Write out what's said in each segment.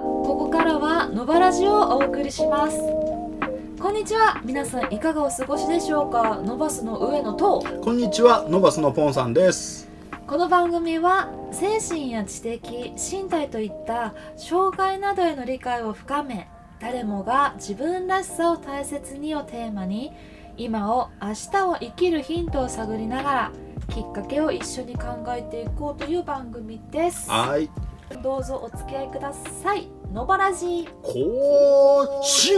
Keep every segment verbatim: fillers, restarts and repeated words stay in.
ここからはのばラジをお送りします。こんにちは、皆さんいかがお過ごしでしょうか。ノバスの上野と、 こんにちは、ノバスのポンさんです。 この番組は精神や知的、身体といった障害などへの理解を深め、誰もが自分らしさを大切にをテーマに、今を明日を生きるヒントを探りながらきっかけを一緒に考えていこうという番組です。 はい、 どうぞお付き合いください。のばラジ更新。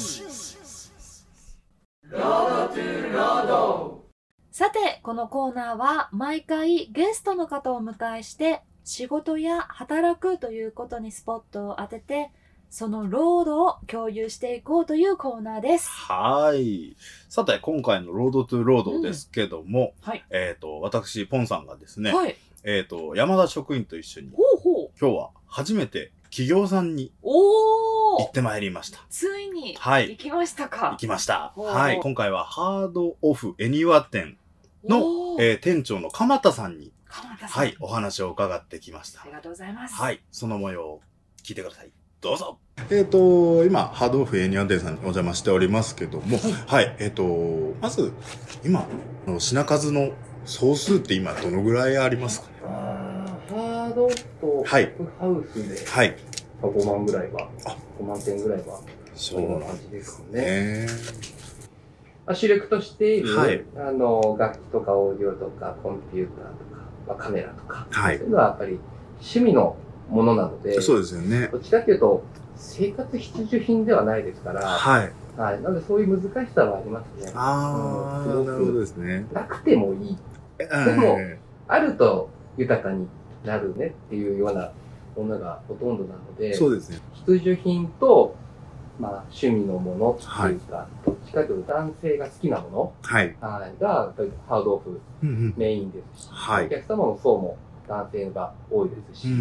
さて、このコーナーは毎回ゲストの方をお迎えして仕事や働くということにスポットを当てて、そのロードを共有していこうというコーナーです。 はい。さて、今回のロードトゥロードですけども、 うん、はい、 えっと、私、ポンさんがですね、 はい、 えっと、山田職員と一緒に、 ほうほう、 今日は初めて企業さんにお行ってまいりました。 ついにはい行きましたか。 行きました。 ほうはい。今回はハードオフ恵庭店の、えー、店長の鎌田さんに、 鎌田さん、 はい、お話を伺ってきました。 ありがとうございます。 はい。その模様を聞いてください。どうぞ。えっ、ー、と、今、ハードオフ恵庭店さんにお邪魔しておりますけども、はい、はい、えっ、ー、と、まず、今、品数の総数って今どのぐらいありますかね。 あハードオフとはい、 ハウスで、 はい、 ごまんぐらいは、ごまんてんぐらいは、 そういう感じですね。主力としている、 はい、 あの、楽器とかオーディオとか、コンピューターとか、まあ、カメラとか、 はい、 そういうのはやっぱり趣味のものなので、 そうですよね。 どっちかというと、生活必需品ではないですから、 はい。 はい。なのでそういう難しさはありますね。 あー、うん、なるほどですね。 なくてもいい。でも、あると豊かになるねっていうようなものがほとんどなので、 そうですね。 必需品と、まあ、趣味のものっていうか、はい、どっちかというと男性が好きなもの、 はい、 はい、がハードオフメインですし、 はい、 お客様の層も男性が多いですし、うん、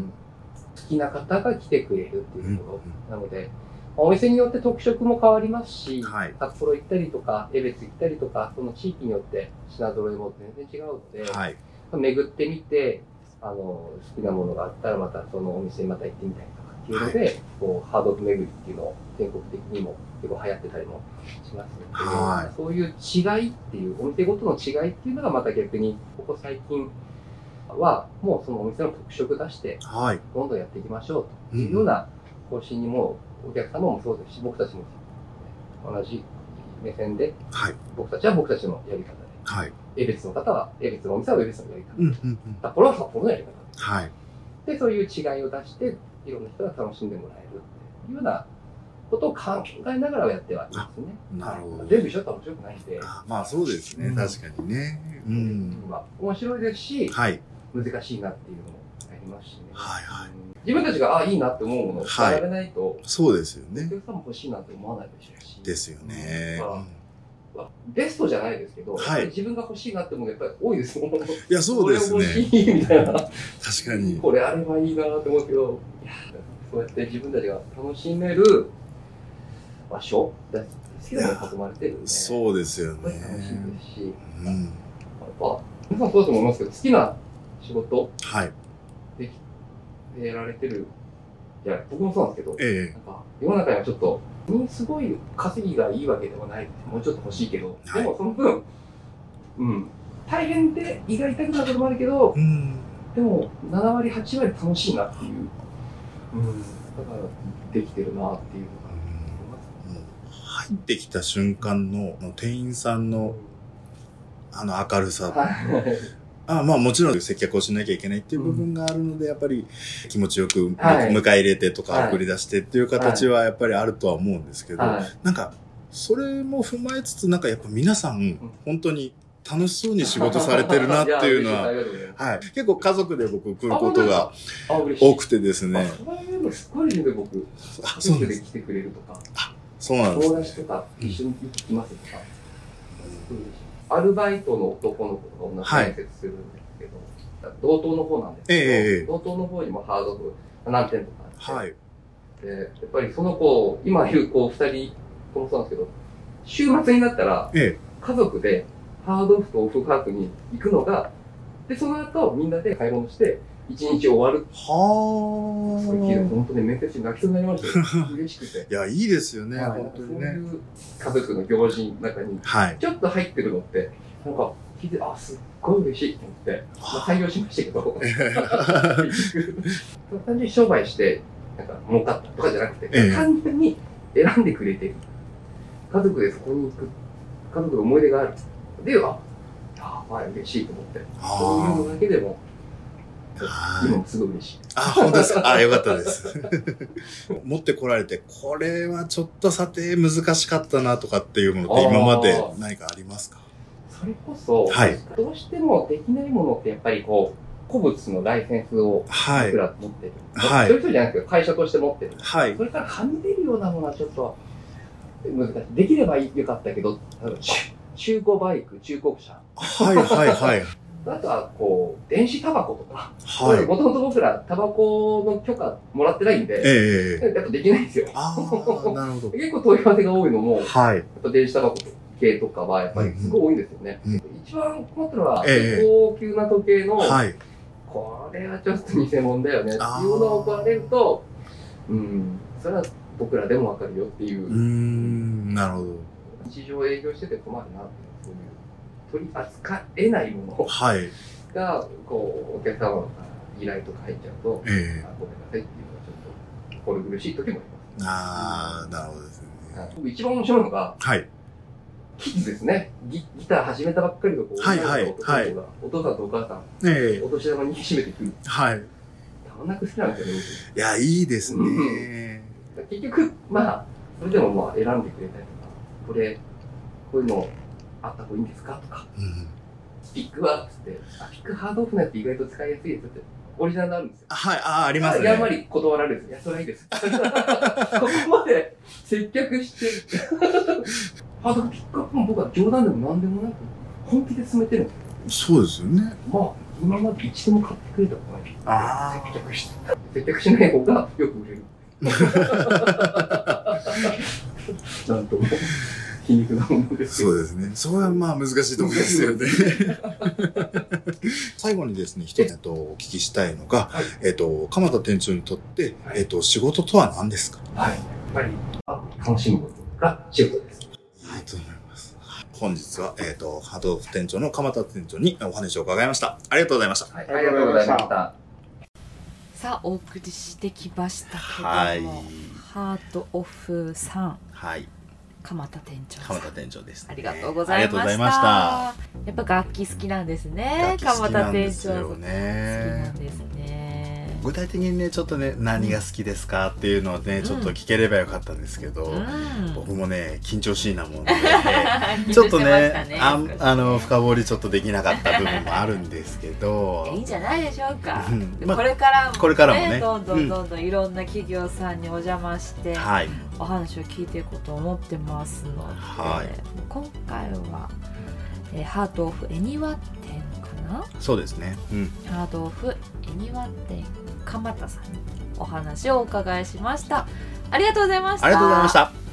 好きな方が来てくれるっていうところ、うん、なので、お店によって特色も変わりますし、はい、札幌行ったりとか、江別行ったりとか、その地域によって品揃えも全然違うので、はい、巡ってみて、あの、好きなものがあったらまたそのお店にまた行ってみたりとかっていうので、はい、こう、ハードオフ巡りっていうのを全国的にも結構流行ってたりもしますので、はい、そういう違いっていう、お店ごとの違いっていうのがまた逆に、ここ最近はもうそのお店の特色出して、どんどんやっていきましょうというような方針にも、お客様もそうですし、僕たちも同じ目線で、はい、僕たちは僕たちのやり方で、はい、江別の方は江別のお店は江別のやり方、うんうんうん、札幌は札幌のやり方、はい、でそういう違いを出していろんな人が楽しんでもらえるっていうようなことを考えながらやってはいますね。 なるほど。 全部一緒だったら面白くないんで。 あ、まあそうですね、うん、確かにね。 うん、まあ、面白いですし、はい、難しいなっていうのもありますしね。 はいはい。 自分たちがああいいなって思うものを伝えられないと、はい、 そうですよね。 お客さんも欲しいなって思わないでしょうし。 ですよね。 まあ、ベストじゃないですけど、はい、自分が欲しいなって思うのやっぱり多いですもん。いや、そうですね。 これ欲しいみたいな。確かに。 これあればいいなって思うけど、いや、そうやって自分たちが楽しめる場所だ好きなのに囲まれてるんで。 そうですよね。 楽しいですし、うん、やっぱ、皆さんそうだと思いますけど、好きな仕事、はい、できやられてる。いや、僕もそうなんですけど、ええ、なんか世の中にはちょっと、すごい稼ぎがいいわけではない。もうちょっと欲しいけど、はい、でもその分、うん、大変で胃が痛くなることもあるけど、うん、でもななわりはちわり楽しいなっていう、うん、だからできてるなっていうのが、 うん、入ってきた瞬間の店員さんのあの明るさ、あまあもちろん接客をしなきゃいけないっていう部分があるので、うん、やっぱり気持ちよく迎え入れてとか送り出してっていう形はやっぱりあるとは思うんですけど、はい、なんかそれも踏まえつつなんかやっぱ皆さん本当に楽しそうに仕事されてるなっていうのは、はい、結構家族で僕来ることが多くてですね。 すごいね、僕。家族で来てくれるとか。 あ、そうなんですね。 友達とか一緒に来ますとか。アルバイトの男の子とか同じ面接するんですけど、はい、同等の方なんですけど、ええ、同等の方にもハードオフ何点とかあって、はい、でやっぱりその子、今いる子ふたりともそうなんですけど、週末になったら、ええ、家族でハードオフとオフパークに行くのが、で、その後みんなで買い物して、 一日終わる。 はそれ聞いて本当に面接中泣きそうになりましたよ。嬉しくて。 いや、いいですよね、 はい、 本当にね。 そういう家族の行事の中に、ちょっと入ってるのって、なんか聞いて、あ、すっごい嬉しいと思って、まあ、採用しましたけど、単純に商売して、なんか儲かったとかじゃなくて、ええ、単純に選んでくれてる。家族でそこに行く。家族の思い出がある。では、ああ、嬉しいと思って、そういうのだけでも、今もすごい嬉しい。 あ、本当ですか。あ、よかったです。持ってこられて、これはちょっと査定難しかったなとかっていうものって今まで何かありますか？ それこそ、はい、どうしてもできないものってやっぱりこう、古物のライセンスを僕ら持ってる。はい。一人一人じゃなくて会社として持ってる。はい。それからはみ出るようなものはちょっと難しい。できればよかったけど、中古バイク、中古車。 はいはいはい。 あとは、こう、電子タバコとか。はい。もともと僕ら、タバコの許可もらってないんで、ええー。やっぱできないんですよ。ああ、なるほど。結構問い合わせが多いのも、はい。やっぱ電子タバコ系とかは、やっぱりすごい多いんですよね。うん、一番困ったのは、えー、高級な時計の、はい。これはちょっと偽物だよね、っていうのを怒られると、うん、それは僕らでもわかるよっていう。うーん、 なるほど。 日常営業してて困るなっていう。取り扱えないものが、はい、こう、お客様の依頼とか入っちゃうと、えー、ごめんなさいっていうのはちょっと、心苦しい時もあります。 ああ、なるほどですね。 僕一番面白いのが、はい、キッズですね。ギ, ギター始めたばっかりの子、はいはいはい、お父さんとお母さん、えー、お年玉に締めてくる。はい。たまんなく好きなんですよね、 僕。いや、いいですね。 結局、まあ、それでもまあ選んでくれたりとか、これ、こういうの、あった方がいいんですかとか、うん、ピックはっつって、あ、ピックハードオフのやつ意外と使いやすいですって、オリジナルにあるんですよ。 はい、あ、ありますね。 やんまり断られるんです。いや、それはいいです。ここまで接客して、ハードピックアップも僕は冗談でも何でもなく、本気で進めてるんですよ。そうですよね。 まあ、今まで一度も買ってくれたことない。ああ。接客して。接客しない方がよく売れる。なんとも。皮肉なものです。 そうですね。それはまあ難しいところですよね。最後にですね、一つとお聞きしたいのが、はい、えっと、鎌田店長にとって、はい、えっと、仕事とは何ですか？ はい。やっぱり、楽しむことが仕事です。 はい、と思います。本日は、えっと、ハードオフ店長の鎌田店長にお話を伺いました。ありがとうございました。 はい、ありがとうございました。 さあ、お送りしてきましたけども、はい、ハードオフさん。はい。鎌田店長鎌田店長です、ね、 ありがとうございました。ありがとうございました。やっぱ楽器好きなんですね。鎌田店長は好きなんですね。 具体的にね、ちょっとね、何が好きですかっていうのをね、ちょっと聞ければよかったんですけど、うん、僕もね、緊張しいなもんで、ね、ちょっとね、ねああの深掘りちょっとできなかった部分もあるんですけど、 いいんじゃないでしょうか。うん、まあ、これからも、ね、 これからもね、 どんどんどんどんいろんな企業さんにお邪魔して、はい、お話を聞いていこうと思ってますので、はい、今回は、えー、ハードオフ恵庭店かな。 そうですね、うん、 ハードオフ恵庭店鎌田さんにお話をお伺いしました。ありがとうございました。 ありがとうございました。